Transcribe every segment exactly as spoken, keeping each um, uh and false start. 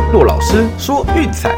骆老师说运彩。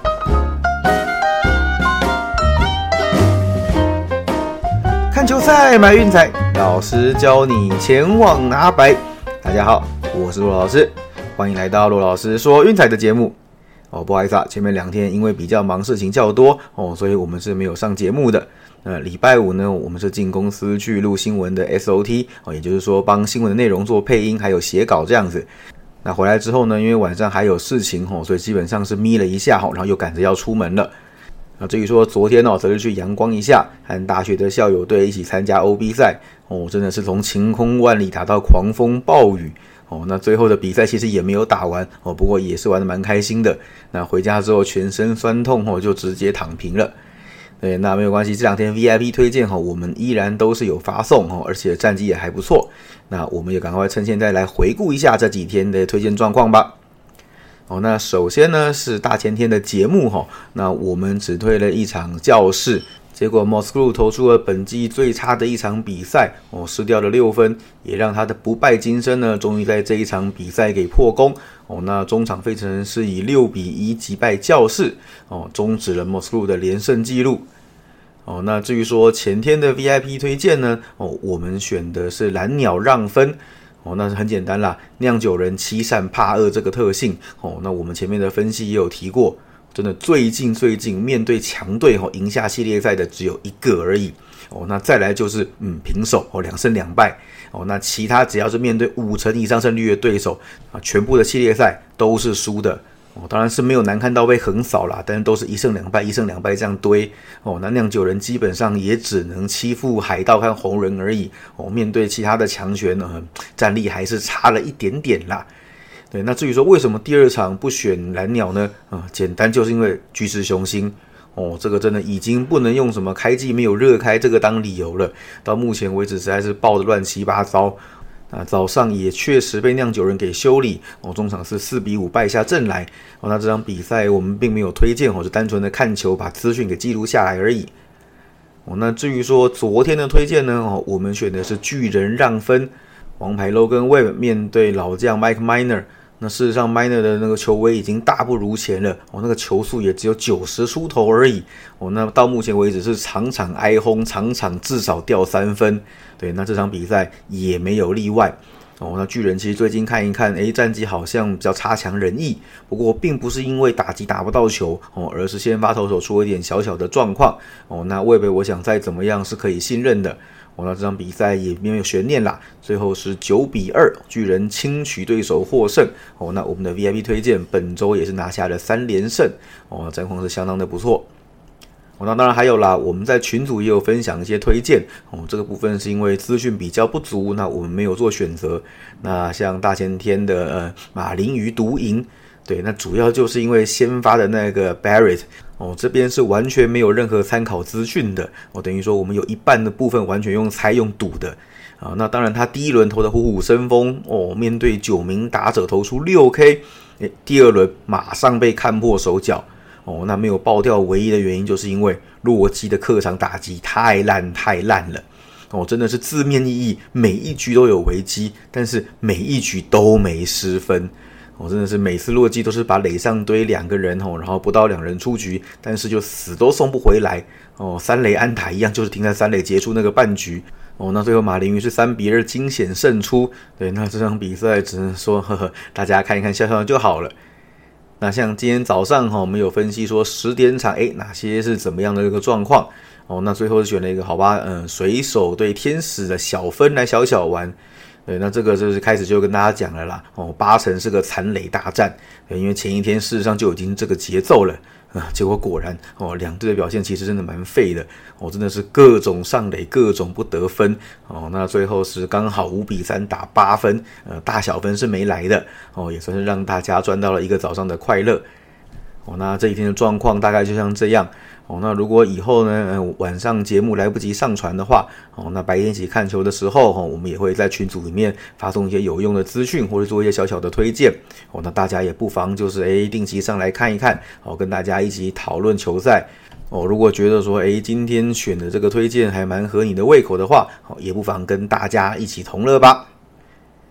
看球赛买运彩，老师教你前往拿白。大家好，我是骆老师，欢迎来到骆老师说运彩的节目。哦，不好意思啊，前面两天因为比较忙，事情较多哦，所以我们是没有上节目的。那礼拜五呢，我们是进公司去录新闻的 S O T 哦，也就是说帮新闻的内容做配音，还有写稿这样子。那回来之后呢，因为晚上还有事情哦，所以基本上是眯了一下，然后又赶着要出门了。那至于说昨天哦，则是去阳光一下，和大学的校友队一起参加 O B 赛哦，真的是从晴空万里打到狂风暴雨哦。那最后的比赛其实也没有打完哦，不过也是玩得蛮开心的。那回家之后全身酸痛哦，就直接躺平了。对，那没有关系，这两天 V I P 推荐我们依然都是有发送，而且战绩也还不错。那我们也赶快趁现在来回顾一下这几天的推荐状况吧。哦，那首先呢是大前天的节目，那我们只推了一场教室，结果 Mosklu 投出了本季最差的一场比赛，哦，失掉了六分，也让他的不败金身呢终于在这一场比赛给破功。哦，那中场费城人是以六比一击败教士，哦，终止了 Mosklu 的连胜纪录。哦，那至于说前天的 V I P 推荐呢，哦，我们选的是蓝鸟让分。哦，那是很简单啦，酿酒人欺善怕恶这个特性。哦，那我们前面的分析也有提过，真的最近最近面对强队哦，赢下系列赛的只有一个而已。哦，那再来就是嗯平手哦，两胜两败。哦，那其他只要是面对五成以上胜率的对手啊，全部的系列赛都是输的。哦，当然是没有难看到被横扫啦，但是都是一胜两败，一胜两败这样堆。哦，那酿酒人基本上也只能欺负海盗和红人而已。哦，面对其他的强权呢，战力还是差了一点点啦。对，那至于说为什么第二场不选蓝鸟呢？啊，简单就是因为巨石雄心。哦，这个真的已经不能用什么开季没有热开这个当理由了。到目前为止实在是爆得乱七八糟。那早上也确实被酿酒人给修理哦，中场是四比五败下阵来哦。那这场比赛我们并没有推荐哦，就单纯的看球把资讯给记录下来而已哦。那至于说昨天的推荐呢哦，我们选的是巨人让分，王牌 Logan Webb 面对老将 Mike Minor。那事实上 Minor 的那个球威已经大不如前了哦，那个球速也只有九十出头而已哦。那到目前为止是场场挨轰，场场至少掉三分。对，那这场比赛也没有例外哦。那巨人其实最近看一看，诶，战绩好像比较差强人意，不过并不是因为打击打不到球哦，而是先发投手出了一点小小的状况哦。那魏北我想再怎么样是可以信任的。哦，那这场比赛也没有悬念啦，最后是九比二，巨人轻取对手获胜。哦，那我们的 V I P 推荐本周也是拿下了三连胜，哦，战况是相当的不错。哦，那当然还有啦，我们在群组也有分享一些推荐，哦，这个部分是因为资讯比较不足，那我们没有做选择。那像大前天的呃马林鱼独赢，对，那主要就是因为先发的那个 Barrett。哦，这边是完全没有任何参考资讯的，哦，等于说我们有一半的部分完全用猜用赌的啊。那当然，他第一轮投的虎虎生风，哦，面对九名打者投出 六 K， 第二轮马上被看破手脚，哦，那没有爆掉唯一的原因就是因为洛基的客场打击太烂太烂了，哦，真的是字面意义，每一局都有危机，但是每一局都没失分。我、哦、真的是每次洛基都是把垒上堆两个人哦，然后不到两人出局，但是就死都送不回来哦。三垒安打一样，就是停在三垒结束那个半局哦。那最后马林鱼是三比二惊险胜出，对，那这场比赛只能说呵呵，大家看一看笑笑就好了。那像今天早上哈、哦，我们有分析说十点场，诶，哪些是怎么样的一个状况哦？那最后选了一个好吧，嗯，水手对天使的小分来小小玩。对，那这个就是开始就跟大家讲了啦，哦，八成是个残垒大战，对，因为前一天事实上就已经这个节奏了啊，结果果然哦，两队的表现其实真的蛮废的，哦，真的是各种上垒，各种不得分，哦，那最后是刚好五比三打八分，呃，大小分是没来的，哦，也算是让大家赚到了一个早上的快乐。哦，那这一天的状况大概就像这样。哦，那如果以后呢、呃、晚上节目来不及上传的话，哦，那白天一起看球的时候，哦，我们也会在群组里面发送一些有用的资讯，或者做一些小小的推荐。哦，那大家也不妨就是诶定期上来看一看，哦，跟大家一起讨论球赛。哦，如果觉得说诶今天选的这个推荐还蛮合你的胃口的话，哦，也不妨跟大家一起同乐吧。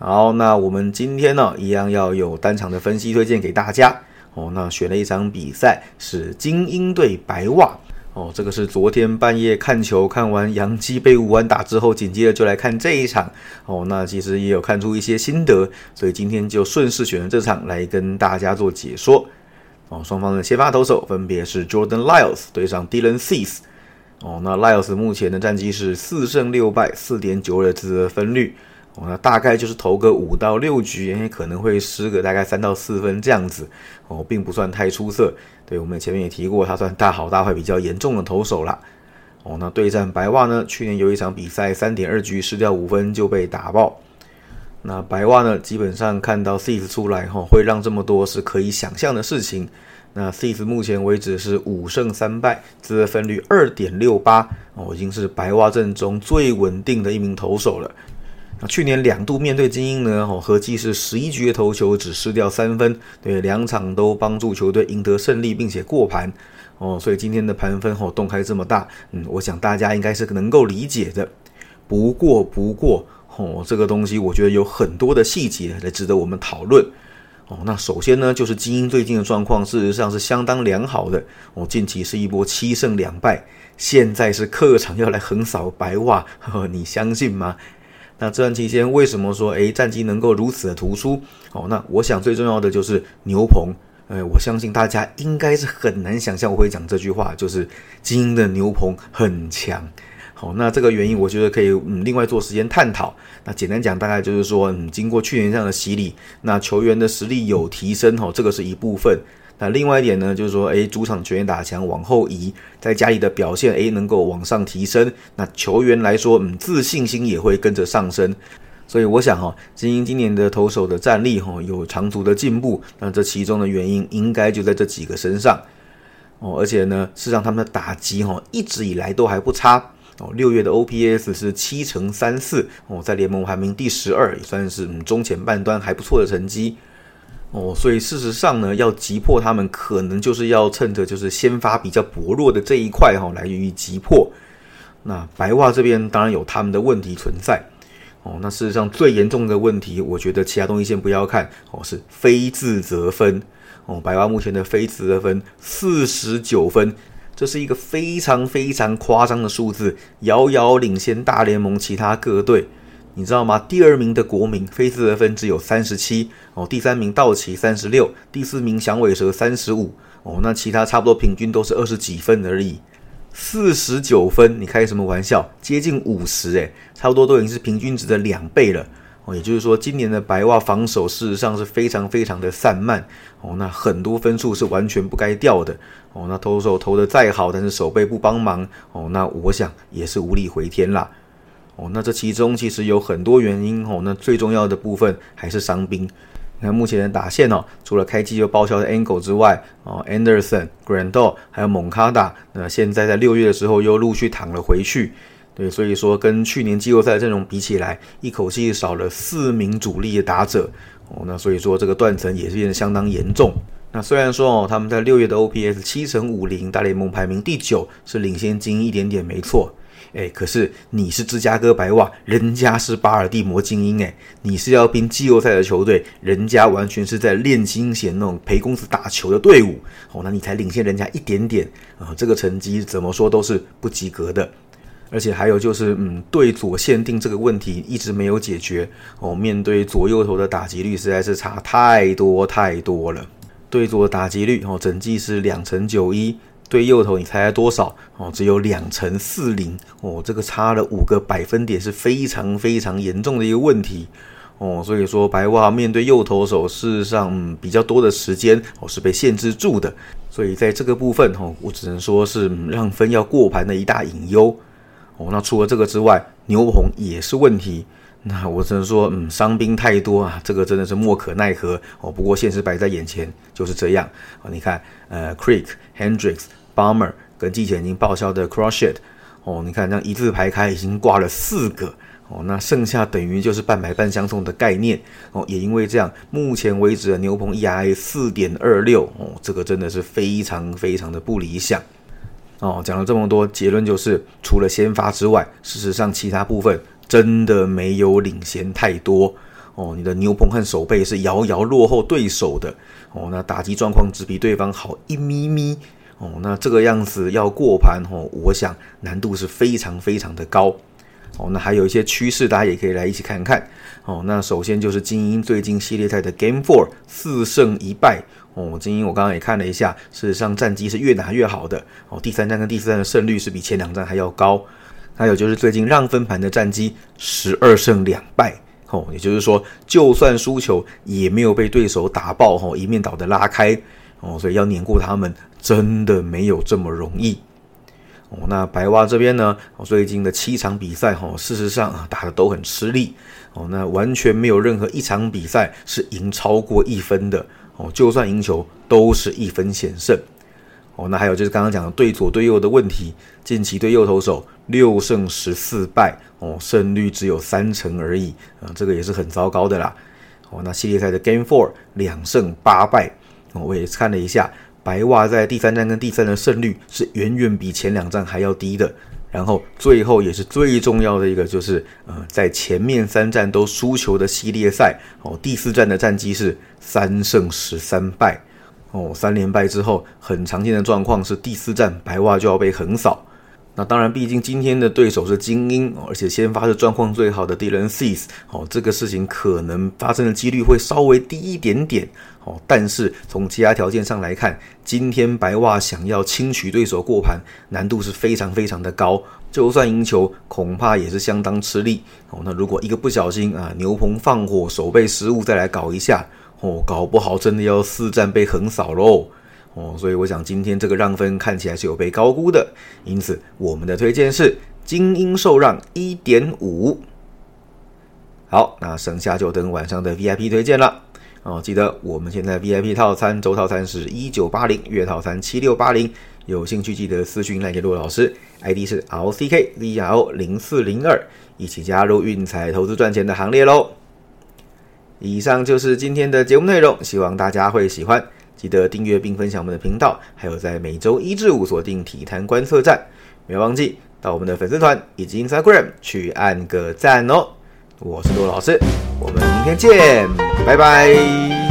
好，那我们今天呢，一样要有单场的分析推荐给大家哦。那选了一场比赛是精英对白袜哦，这个是昨天半夜看球看完洋基被五安打之后，紧接着就来看这一场哦。那其实也有看出一些心得，所以今天就顺势选了这场来跟大家做解说哦。双方的先发投手分别是 Jordan Lyles 对上 Dylan Cease哦。那 Lyles 目前的战绩是四胜六败 四点九二 的自责分率。哦，那大概就是投个五到六局，可能会失个大概三到四分这样子，哦，并不算太出色。对，我们前面也提过，他算大好大坏比较严重的投手啦。哦，那对战白袜呢，去年有一场比赛 三点二 局失掉五分就被打爆。那白袜呢，基本上看到 Cease 出来，哦，会让这么多是可以想象的事情。那 Cease 目前为止是五胜三败，自责分率 二点六八，哦，已经是白袜阵中最稳定的一名投手了。去年两度面对精英呢，合计是十一局的投球只失掉三分，对，两场都帮助球队赢得胜利并且过盘哦，所以今天的盘分哦动开这么大，嗯，我想大家应该是能够理解的。不过不过哦，这个东西我觉得有很多的细节来值得我们讨论哦。那首先呢，就是精英最近的状况事实上是相当良好的哦，近期是一波七胜两败，现在是客场要来横扫白袜，呵呵，你相信吗？那这段期间为什么说诶战绩能够如此的突出哦？那我想最重要的就是牛棚，呃，我相信大家应该是很难想象我会讲这句话，就是精英的牛棚很强。好，那这个原因我觉得可以嗯另外做时间探讨。那简单讲，大概就是说，嗯，经过去年这样的洗礼，那球员的实力有提升哦，这个是一部分。那另外一点呢，就是说，诶，主场球员打墙往后移，在家里的表现，诶，能够往上提升。那球员来说，嗯，自信心也会跟着上升。所以我想哈，精英今年的投手的战力哈有长足的进步，那这其中的原因应该就在这几个身上哦。而且呢，事实上他们的打击哈一直以来都还不差哦。六月的 O P S 是七乘三四哦，在联盟排名第十二，也算是嗯中前半端还不错的成绩。哦，所以事实上呢，要击破他们，可能就是要趁着就是先发比较薄弱的这一块哈、哦、来予以击破。那白袜这边当然有他们的问题存在哦。那事实上最严重的问题，我觉得其他东西先不要看哦，是非自责分哦。白袜目前的非自责分四十九分，这是一个非常非常夸张的数字，遥遥领先大联盟其他各队。你知道吗？第二名的国民非自责分只有三十七哦，第三名道奇三十六，第四名响尾蛇三十五哦，那其他差不多平均都是二十几分而已。四十九分，你开什么玩笑？接近五十诶，差不多都已经是平均值的两倍了哦。也就是说，今年的白袜防守事实上是非常非常的散漫哦，那很多分数是完全不该掉的哦。那投手投得再好，但是守备不帮忙哦，那我想也是无力回天啦。哦，那这其中其实有很多原因哦。那最重要的部分还是伤兵。那目前的打线哦，除了开季就报销的 Angle 之外，哦 ，Anderson、Grandal 还有蒙卡达，那现在在六月的时候又陆续躺了回去。对，所以说跟去年季后赛阵容比起来，一口气少了四名主力的打者。哦，那所以说这个断层也是变得相当严重。那虽然说哦，他们在六月的 O P S 七乘五十，大联盟排名第九，是领先精英一点点，没错。哎，可是你是芝加哥白袜，人家是巴尔的摩精英，哎，你是要拼季后赛的球队，人家完全是在练新弦那种陪公司打球的队伍，哦，那你才领先人家一点点啊、呃，这个成绩怎么说都是不及格的。而且还有就是，嗯，对左限定这个问题一直没有解决哦，面对左右投的打击率实在是差太多太多了。对左的打击率哦，整季是两成九一。对右投你猜猜多少哦？只有两成四零哦，这个差了五个百分点，是非常非常严重的一个问题哦。所以说白袜面对右投手，事实上、嗯、比较多的时间哦是被限制住的，所以在这个部分哦，我只能说是、嗯、让分要过盘的一大隐忧哦。那除了这个之外，牛棚也是问题。那我只能说，嗯，伤兵太多啊，这个真的是莫可奈何哦。不过现实摆在眼前就是这样哦。你看，呃 ，Creek、Hendricks、Bomber 跟季前已经报销的 Crochet 哦，你看这样一字排开，已经挂了四个哦。那剩下等于就是半买半相送的概念哦。也因为这样，目前为止的牛棚 E R A 四点二六 哦，这个真的是非常非常的不理想。哦，讲了这么多，结论就是除了先发之外，事实上其他部分真的没有领先太多哦，你的牛棚和守备是遥遥落后对手的哦，那打击状况只比对方好一咪咪哦，那这个样子要过盘哦，我想难度是非常非常的高哦。那还有一些趋势，大家也可以来一起看看哦。那首先就是精英最近系列赛的 Game 四四胜一败哦，精英我刚刚也看了一下，事实上战绩是越拿越好的哦，第三战跟第四战的胜率是比前两战还要高。还有就是最近让分盘的战绩十二胜两败哦，也就是说就算输球也没有被对手打爆哦，一面倒的拉开哦，所以要碾过他们真的没有这么容易哦。那白袜这边呢，最近的七场比赛哦，事实上啊打得都很吃力哦，那完全没有任何一场比赛是赢超过一分的哦，就算赢球都是一分险胜哦。那还有就是刚刚讲的对左对右的问题，近期对右投手六胜十四败哦，胜率只有三成而已啊，这个也是很糟糕的啦哦。那系列赛的 Game 四两胜八败哦，我也看了一下，白袜在第三战跟第三的胜率是远远比前两战还要低的。然后最后也是最重要的一个就是呃，在前面三战都输球的系列赛哦，第四战的战绩是三胜十三败哦，三连败之后很常见的状况是第四战白袜就要被横扫。那当然毕竟今天的对手是精英，而且先发是状况最好的 Dylan Cease，哦，这个事情可能发生的几率会稍微低一点点哦，但是从其他条件上来看，今天白袜想要轻取对手过盘难度是非常非常的高，就算赢球恐怕也是相当吃力哦。那如果一个不小心啊，牛棚放火守备失误再来搞一下哦，搞不好真的要四战被横扫咯哦，所以我想今天这个让分看起来是有被高估的，因此我们的推荐是精英受让 一点五。 好，那剩下就等晚上的 V I P 推荐了哦。记得我们现在 V I P 套餐周套餐是一九八零，月套餐七六八零，有兴趣记得私讯赖给骆老师， I D 是 R C K Z R O 零四零二， 一起加入运彩投资赚钱的行列咯。以上就是今天的节目内容，希望大家会喜欢，记得订阅并分享我们的频道，还有在每周一至五锁定体坛观测站，不要忘记到我们的粉丝团以及 Instagram 去按个赞哦。我是骆老师，我们明天见，拜拜。